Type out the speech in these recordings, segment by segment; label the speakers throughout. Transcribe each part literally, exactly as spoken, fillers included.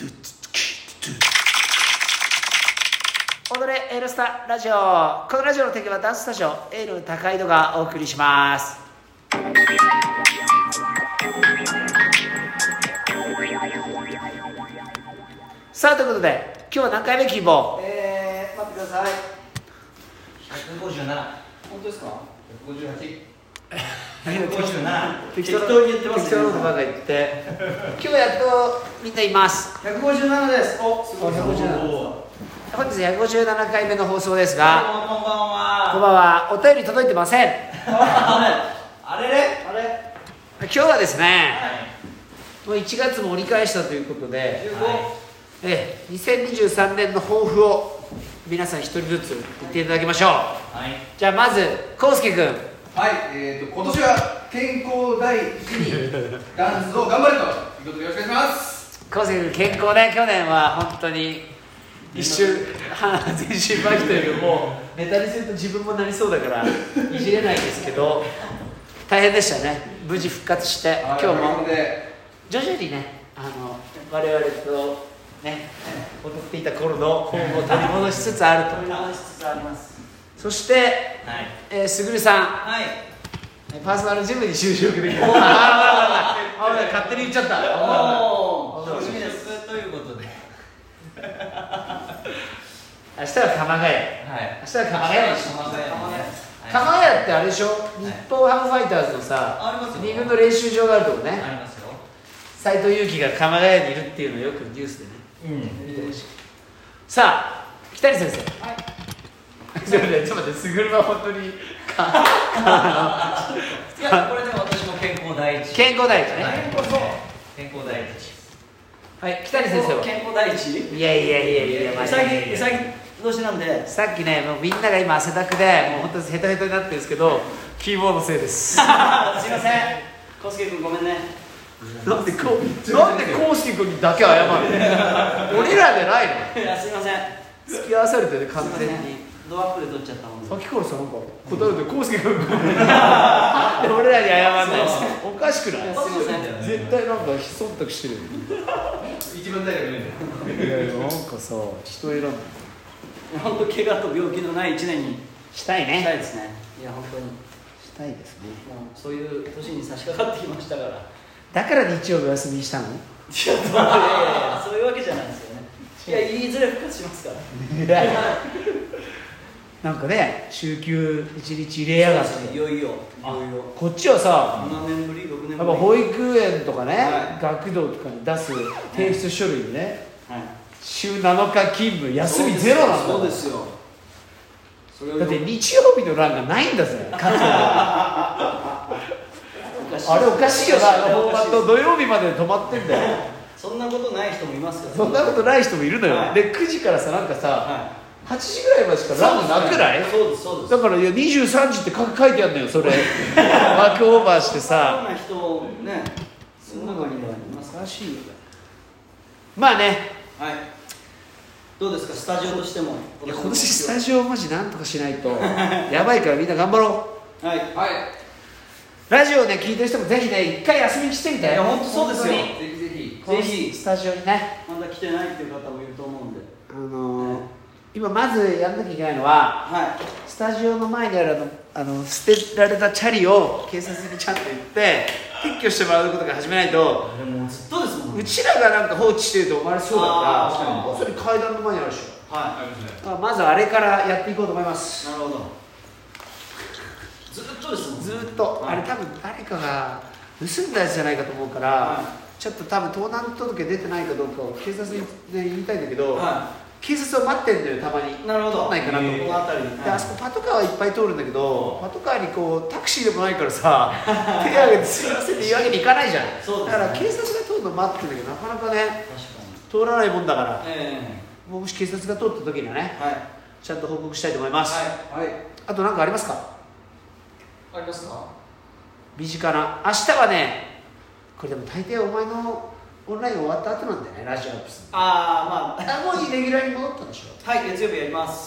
Speaker 1: 踊れエールスタラジオ。このラジオの提供はダンススタジオエール高井戸がお送りします。さあということで今日は何回目希望？
Speaker 2: えー、待ってください。ひゃくごじゅうなな。本当ですか？ひゃくごじゅうはち。ひゃくごじゅうなな。適当に言ってますね。
Speaker 1: 適当なことばかり言って今日やっとみんないます。
Speaker 2: ひゃくごじゅうななです。お、すごい。
Speaker 1: ひゃくごじゅうなな。本日ひゃくごじゅうななかいめの放送ですが、
Speaker 2: こんばんは。
Speaker 1: こんばんは。お便り届いてません。
Speaker 2: あれれあれ
Speaker 1: 今日はですね、
Speaker 2: はい、
Speaker 1: もういちがつも折り返したということで、
Speaker 2: はい
Speaker 1: えにせんにじゅうさんねんの抱負を皆さん一人ずつ言っていただきましょう。
Speaker 2: はい、
Speaker 1: じゃあまず康介君。
Speaker 3: はい、えーと今年は健康第一にダンスを頑張るということでよろしくお願いします。
Speaker 1: 康介君健康ね、去年は本当に一瞬全身麻痺というかもうネタにすると自分もなりそうだからいじれないんですけど大変でしたね。無事復活して、今日も徐々にね、あの我々とね踊っていた頃のフォームを取り戻しつつあると。
Speaker 2: 取り戻しつつあります。
Speaker 1: そして、はいえー、すぐるさん、
Speaker 2: はい、
Speaker 1: パーソナルジムに就職できる。ああ勝手に言っちゃった。
Speaker 2: おお楽しみです。ということで
Speaker 1: 明日は鎌ヶ谷、はい、明日は鎌ヶ谷にします。鎌ヶ谷ってあれでしょ、日本ハムファイターズのさに軍の練習場があるとこね。
Speaker 2: ありますよ。
Speaker 1: 斎藤佑樹が鎌ヶ谷にいるっていうのをよくニュースでね、うん、見てほしい。さあ北谷先生、はいちょっと待って、すぐるは本当にい
Speaker 2: や、これでも私も健康第一。
Speaker 1: 健康第一ね。
Speaker 2: 健康第一。
Speaker 1: はい、北谷先生は
Speaker 2: 健康第一。
Speaker 1: いやいやいやいや、
Speaker 2: うさぎうさぎ年なんで。
Speaker 1: さっきね、もうみんなが今汗だくで、もう本当にヘトヘトになってるんですけど、キーボードのせいです。
Speaker 2: すいません。康介君ごめんね。
Speaker 1: なんでこう、なんで康介君にだけ謝るの？俺らじゃないの？
Speaker 2: いや、すいません。
Speaker 1: 付き合わされてね、完全に。
Speaker 2: ドアップで撮っちゃったもんで。
Speaker 1: さっきからさ、なんか答えると康介君ごめん。俺らに謝らない。おかしくない？
Speaker 2: すいません。
Speaker 1: 絶対なんか忖度してる。
Speaker 3: 一番大学ね。
Speaker 1: いやいや、なんかさ、人選んだ。
Speaker 2: 本当怪我と病気のない一年に
Speaker 1: したいね。
Speaker 2: したいですね。いや本当に
Speaker 1: したいですね。
Speaker 2: もうそういう年に差し掛かってきましたから。
Speaker 1: だから日曜日お休みにしたの？
Speaker 2: ちょっと待って、いやいやそういうわけじゃないですよね。いや、いずれ復活しますから。
Speaker 1: なんかね、週休いちにち入れやがって。
Speaker 2: いよいよ。いよいよ。
Speaker 1: こっちはさ、
Speaker 2: ななねんぶり、ろくねんぶり。
Speaker 1: やっぱ保育園とかね、
Speaker 2: はい、
Speaker 1: 学童とかに出す提出書類にね、
Speaker 2: はい、
Speaker 1: 週なのか勤務、休みゼロなんだ。
Speaker 2: そうですよ。それを
Speaker 1: だって日曜日の欄がないんだぜ。活動あれおかしいよな、あのフォーマット土曜日まで止まってんだよ。
Speaker 2: そんなことない人もいますから。
Speaker 1: そんなことない人もいるのよ。
Speaker 2: はい、
Speaker 1: でくじからさ、なんかさ、
Speaker 2: はい、
Speaker 1: はちじぐらいまでしか欄がなくない？
Speaker 2: そうですそうです。
Speaker 1: だからいやにじゅうさんじって書いてあるのよ、それ。枠オーバーしてさ。
Speaker 2: そんな人ね、そんな中にはいます
Speaker 1: らしいよね。まあね。
Speaker 2: はい。どうですか、スタジオとしても。
Speaker 1: いや今年スタジオマジなんとかしないとやばいからみんな頑張ろ
Speaker 2: う。はい
Speaker 3: はい。
Speaker 1: ラジオね聞いてる人もぜひね一回休みにしてみて。
Speaker 2: いや本当そうですよ。
Speaker 3: ぜひぜひ
Speaker 2: ぜひ
Speaker 1: スタジオにね。
Speaker 2: まだ来てないっていう方もいると思うんで。
Speaker 1: あのーはい、今まずやんなきゃいけないのは、
Speaker 2: はい、
Speaker 1: スタジオの前にあるあのあの捨てられたチャリを警察にちゃんと言って撤去してもらうことから始めないと。
Speaker 2: でもずっとですもんね。
Speaker 1: うちらがなんか放置してると思われそうだ
Speaker 2: あ
Speaker 1: から、それ階段の前にあるでしょ。
Speaker 2: はい、
Speaker 1: まあ、まずあれからやっていこうと思います。
Speaker 2: なるほど。ずっとですもんね。
Speaker 1: ずっと、はい、あれ多分誰かが盗んだやつじゃないかと思うから、はい、ちょっと多分盗難届出てないかどうかを警察に、ね、言いたいんだけど、はい、警察を待ってんだよ、たまに。
Speaker 2: なるほど。
Speaker 1: 通んないかなと思う。
Speaker 2: この辺りに、
Speaker 1: で、あそこパトカーはいっぱい通るんだけど、パトカーにこうタクシーでもないからさ手挙げてすいませんって言うわけにいかないじゃん。そうですね、だから警察が通るの待ってるんだけど、なかなかね通らないもんだから、えー、もし警察が通った時にはね、はい、ちゃんと報告したいと思います。はいはい、あと何かありますか？
Speaker 3: ありますか？
Speaker 1: 身近な。明日はね、これでも大抵お前のオンライン終わった後なんだよね、ラジオアップする。
Speaker 2: ああ、まあ
Speaker 1: もうレギュラーに戻ったでしょ。
Speaker 2: はい、月曜日やります。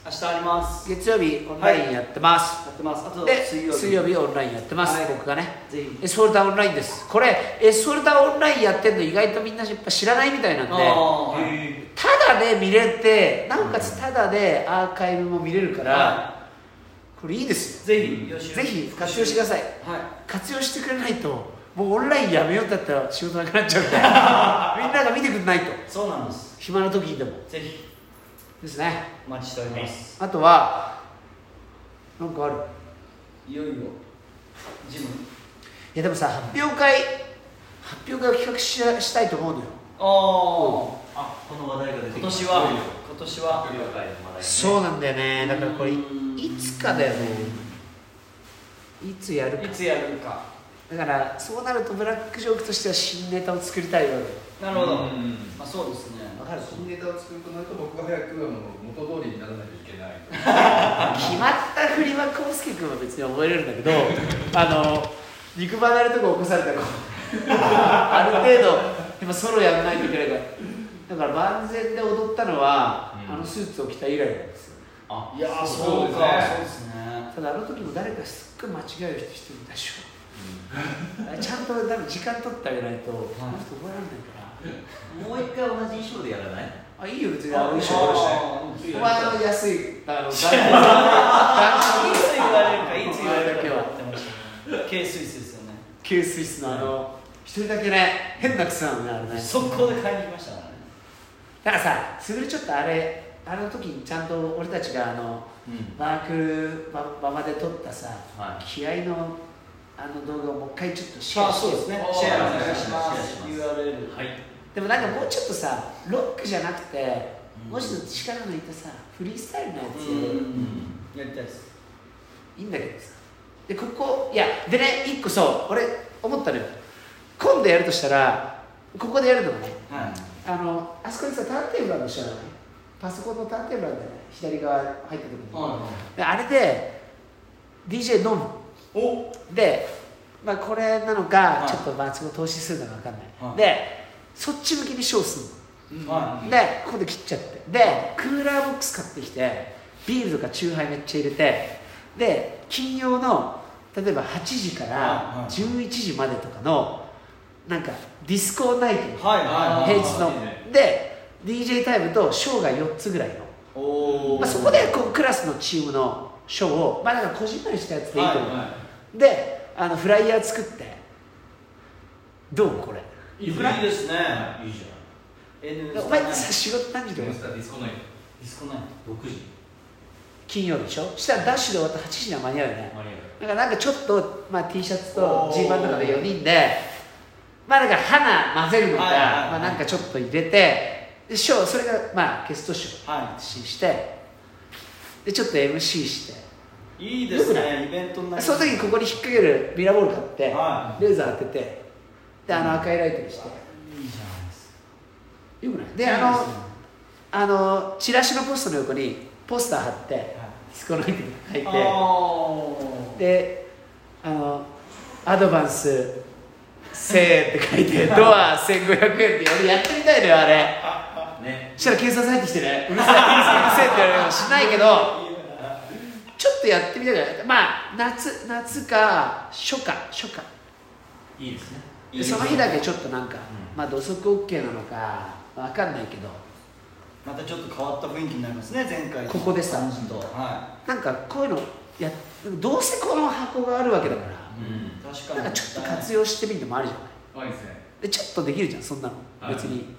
Speaker 2: 明日あります。
Speaker 1: 月曜日オンラインやってます、
Speaker 2: やってます。あと
Speaker 1: で
Speaker 2: 水曜日
Speaker 1: 水曜日オンラインやってます、
Speaker 2: はい
Speaker 1: 僕がね
Speaker 2: ぜひ。
Speaker 1: エスフォルダオンラインです。これエスフォルダオンラインやってるの意外とみんなやっぱ知らないみたいなんで、
Speaker 2: あーへ
Speaker 1: ただで見れて、なおかつただでアーカイブも見れるから、
Speaker 2: は
Speaker 1: これいいです
Speaker 2: ぜひよし
Speaker 1: よ。ぜひ活用してください。
Speaker 2: はい。
Speaker 1: 活用してくれないともうオンラインやめようってなったら仕事なくなっちゃうんでみんなが見てくれないと、
Speaker 2: そうなんです。
Speaker 1: 暇な時にでも
Speaker 2: ぜひ
Speaker 1: ですね。
Speaker 2: お待ちしております。
Speaker 1: あとはなんかある？
Speaker 2: いよいよジム。
Speaker 1: いやでもさ、発表会発表会を企画ししたいと思うのよ。
Speaker 2: あ
Speaker 4: あ、この話題が出てきた。
Speaker 2: 今年は今年は
Speaker 4: 発表会の話題ね。
Speaker 1: そうなんだよね。だからこれい
Speaker 2: うん
Speaker 1: いつかだよね。いつやるか
Speaker 2: いつやるか。
Speaker 1: だからそうなるとブラックジョークとしては新ネタを作りたいわけ。
Speaker 2: なるほど。
Speaker 4: うん
Speaker 2: まあそうですね。
Speaker 1: わかる？
Speaker 3: 新ネタを作るとなると僕が早くあの元通りにならないといけない
Speaker 1: 決まった振りは康介君は別に覚えれるんだけどあの肉離れとか起こされたらある程度でもソロやらないといけないからだから万全で踊ったのは、うん、あのスーツを着た以来なんですよ。
Speaker 4: あ、
Speaker 2: いやー
Speaker 3: そう
Speaker 2: そうか、
Speaker 3: そう
Speaker 2: そうですね。
Speaker 1: ただあの時も誰かすっごい間違える人一人いたでしょ、うん、ちゃんと多分時間取ってあげないと、この人覚えられないから
Speaker 4: もう一回同じ衣装でやらない？
Speaker 1: あ、いいよ別にあの衣装してお前の安いあの
Speaker 2: いつ言われるか、いつ言われるか
Speaker 1: だけは
Speaker 2: ってました。K スイスですよね。
Speaker 1: K スイスのあの一人だけね変な癖なのねあれね。
Speaker 2: 速攻で買いに行きましたからね。
Speaker 1: だからさ、すぐるちょっとあれあの時にちゃんと俺たちがあの、うん、ワーク場まで撮ったさ、はい、気合のあの動画をもう一回ちょっとシェアして。
Speaker 2: そうですね。シェアお願いします。ユーアールエル。
Speaker 4: はい。
Speaker 1: でもなんかもうちょっとさ、ロックじゃなくて、うん、もうちょっと力抜いたさ、フリースタイルのやつ
Speaker 2: やりたいです。
Speaker 1: いいんだけどさ。で、ここ、いや、でね、一個そう、俺思ったのよ。今度やるとしたら、ここでやるのがね、はい、あの、あそこにさ、ターンテーブルあるの知らない？パソコンのターンテーブルあるんだよね。左側入った時に。はい、であれで、ディージェー 飲む。
Speaker 2: お
Speaker 1: で、まあ、これなのか、はい、ちょっとまあ投資するのか分かんない、はい、でそっち向きにショーするの、はい、でここで切っちゃってでクーラーボックス買ってきてビールとかチューハイめっちゃ入れてで金曜の例えばはちじからじゅういちじまでとかのなんかディスコナイト、はい、平日の、はい、で ディージェー タイムとショーがよっつぐらいのお、まあ、そこでこうクラスのチームのショーをまあなんかこじんまりしたやつでいいと思う、はいはい、であのフライヤー作ってどうこれ
Speaker 2: いいですね。
Speaker 4: いいじ
Speaker 2: ゃん。
Speaker 1: お前さ仕事何時で終わった？
Speaker 4: ディスコナイト
Speaker 2: ディスコナイト
Speaker 4: ろくじ
Speaker 1: 金曜日でしょ。したらダッシュで終わったはちじには間に合うよね。
Speaker 4: 間に合う。
Speaker 1: だからなんかちょっと、まあ、T シャツとジーパンとかでよにんでまあなんか花混ぜるのか、はいはいはい、まあ、なんかちょっと入れてでショーそれがまあゲストショー、はい、してでちょっと エムシー して
Speaker 2: いいですね、イベントになります。
Speaker 1: その時にここに引っ掛けるミラーボール買って、
Speaker 2: はい、
Speaker 1: レーザー当ててであの赤いライトにして、
Speaker 2: うん、いいじゃないですか。
Speaker 1: よくない？で、あの、あのチラシのポストの横にポスター貼って、はい、ディスコナイトとか書いてであのアドバンスせんえんって書いてドアせんごひゃくえんって俺やってみたいのよあれね。そしたら警察入ってきてねうるさいうるさいって言われるかもしないけどちょっとやってみたいからまあ夏夏か初夏初夏
Speaker 4: いいですね。
Speaker 1: でその日だけちょっとなんか、うん、まあ土足 OK なのかわかんないけど
Speaker 2: またちょっと変わった雰囲気になりますね前回
Speaker 1: ここでさ、はい、なんかこういうのやどうせこの箱があるわけだから、うん、確かになんかちょっと活用してみるのもあるじゃない。
Speaker 3: いいですね。で
Speaker 1: ちょっとできるじゃんそんなの、はい、別に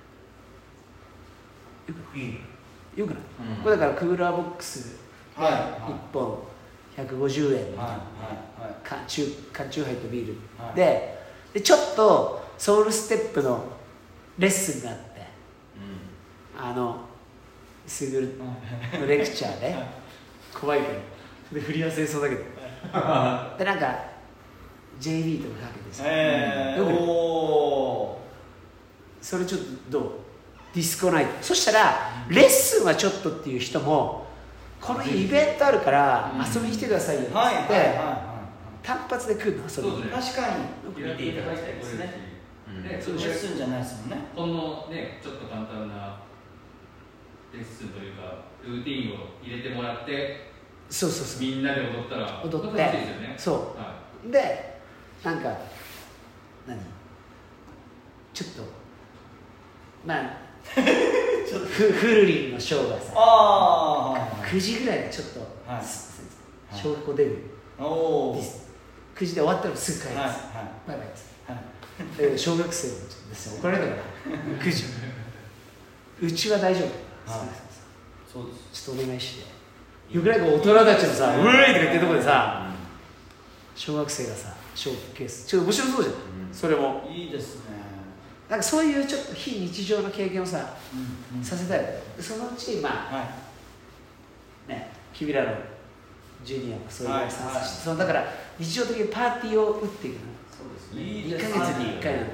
Speaker 1: よくない、よくない、うん、これだからクーラーボックス
Speaker 2: はい、
Speaker 1: いっぽんひゃくごじゅうえんみたいな、はいはい、缶チューハイとビール、はい、で, でちょっとソウルステップのレッスンがあって、うん、あのすぐるのレクチャーで怖いけどで振り忘れそうだけどでなんか ジェイビー とかかけてさ、えー、おそれちょっとどうディスコナイトそしたらレッスンはちょっとっていう人もこのイベントあるから遊びに来てくださいよって言って単発で来るの遊びに。
Speaker 2: 確かに
Speaker 4: 見ていただきたいですね。
Speaker 2: そうレッスンじゃないですもんね。
Speaker 3: このねちょっと簡単なレッスンというかルーティンを入れてもらって
Speaker 1: そうそうそう
Speaker 3: みんなで踊ったら
Speaker 1: 踊って
Speaker 3: 楽しいですよね。
Speaker 1: そう、
Speaker 3: は
Speaker 1: でなんか何ちょっとまあちょっとフフルリンのショーがさ
Speaker 2: ああ
Speaker 1: くじぐらいでちょっと、
Speaker 2: はい
Speaker 1: す小学校デビュー、
Speaker 2: おおはい
Speaker 1: くじで終わったらすぐ帰るん
Speaker 2: はい
Speaker 1: です、バイバイです
Speaker 2: はい
Speaker 1: で小学生ですよ怒られたからくじうちは大丈夫、
Speaker 2: はいそうです
Speaker 1: ちょっとお願いしてよくないか大人たちのさ「うえい!」とか言ってるとこでさ小学生がさショーケースちょっと面白そうじゃん、うん、それも
Speaker 2: いいですね。
Speaker 1: なんかそういうちょっと非日常の経験をさ、
Speaker 2: うんうん、
Speaker 1: させたいそのうちまあ、
Speaker 2: はい
Speaker 1: ね君らのジュニアもそういうのを参加して、
Speaker 2: はいはい、
Speaker 1: そのだから日常的にパーティーを打っていくの
Speaker 2: そうですねいい
Speaker 1: いっ
Speaker 2: ですね
Speaker 1: かげつにいっかいなのか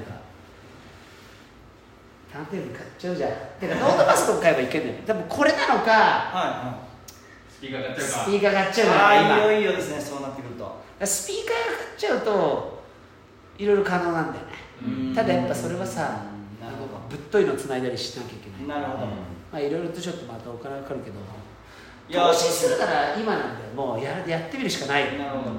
Speaker 1: ターンテーブル買っちゃうじゃんてかノートパソコン買えばいけんのよ多分これなのか、
Speaker 2: はいはい、
Speaker 3: スピーカー買っちゃうか
Speaker 1: スピーカー買っちゃう
Speaker 2: ああ
Speaker 1: 今
Speaker 2: いいよいいよですねそうなってくると
Speaker 1: スピーカー買っちゃうといろいろ可能なんだよね
Speaker 3: うん
Speaker 1: ただやっぱそれはさ
Speaker 2: なるほど
Speaker 1: ぶっといのつないだりしなきゃいけない
Speaker 2: なるほど、
Speaker 1: まあいろいろとちょっとまたお金かかるけど
Speaker 2: いや
Speaker 1: 投資するなら今なんだよもう や, やってみるしかないよ
Speaker 2: なるほど、
Speaker 1: 考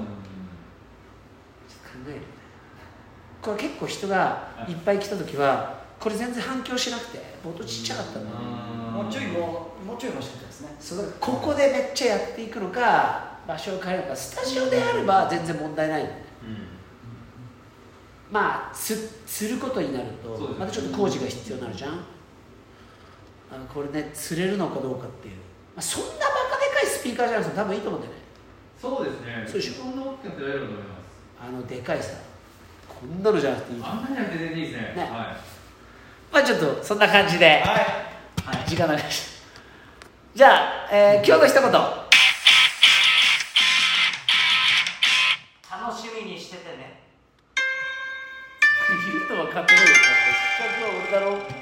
Speaker 1: えるこれ結構人がいっぱい来た時はこれ全然反響しなくて音ちっちゃかったんだよ
Speaker 2: もうちょいもうもうちょい欲しかったですね
Speaker 1: そうだからここでめっちゃやっていくのか場所を変えるのかスタジオであれば全然問題ないんだよね、うん、まあすすることになるとまたちょっと工事が必要になるじゃんあこれね釣れるのかどうかっていう、まあ、そんなバカでかいスピーカーじゃなくて多分いいと思うんだよね
Speaker 3: そうですね
Speaker 1: そうでしょ
Speaker 3: こんな大きくて大丈夫だと思います
Speaker 1: あのでかいさこんなのじゃなくていい
Speaker 3: あんなには全然いいですね
Speaker 1: ね
Speaker 3: はい
Speaker 1: まあちょっとそんな感じで、
Speaker 2: はい、
Speaker 1: はい、時間長いですじゃあ、えー、今日の一言楽しみにしててね言うと分かってるよ企画は俺だろ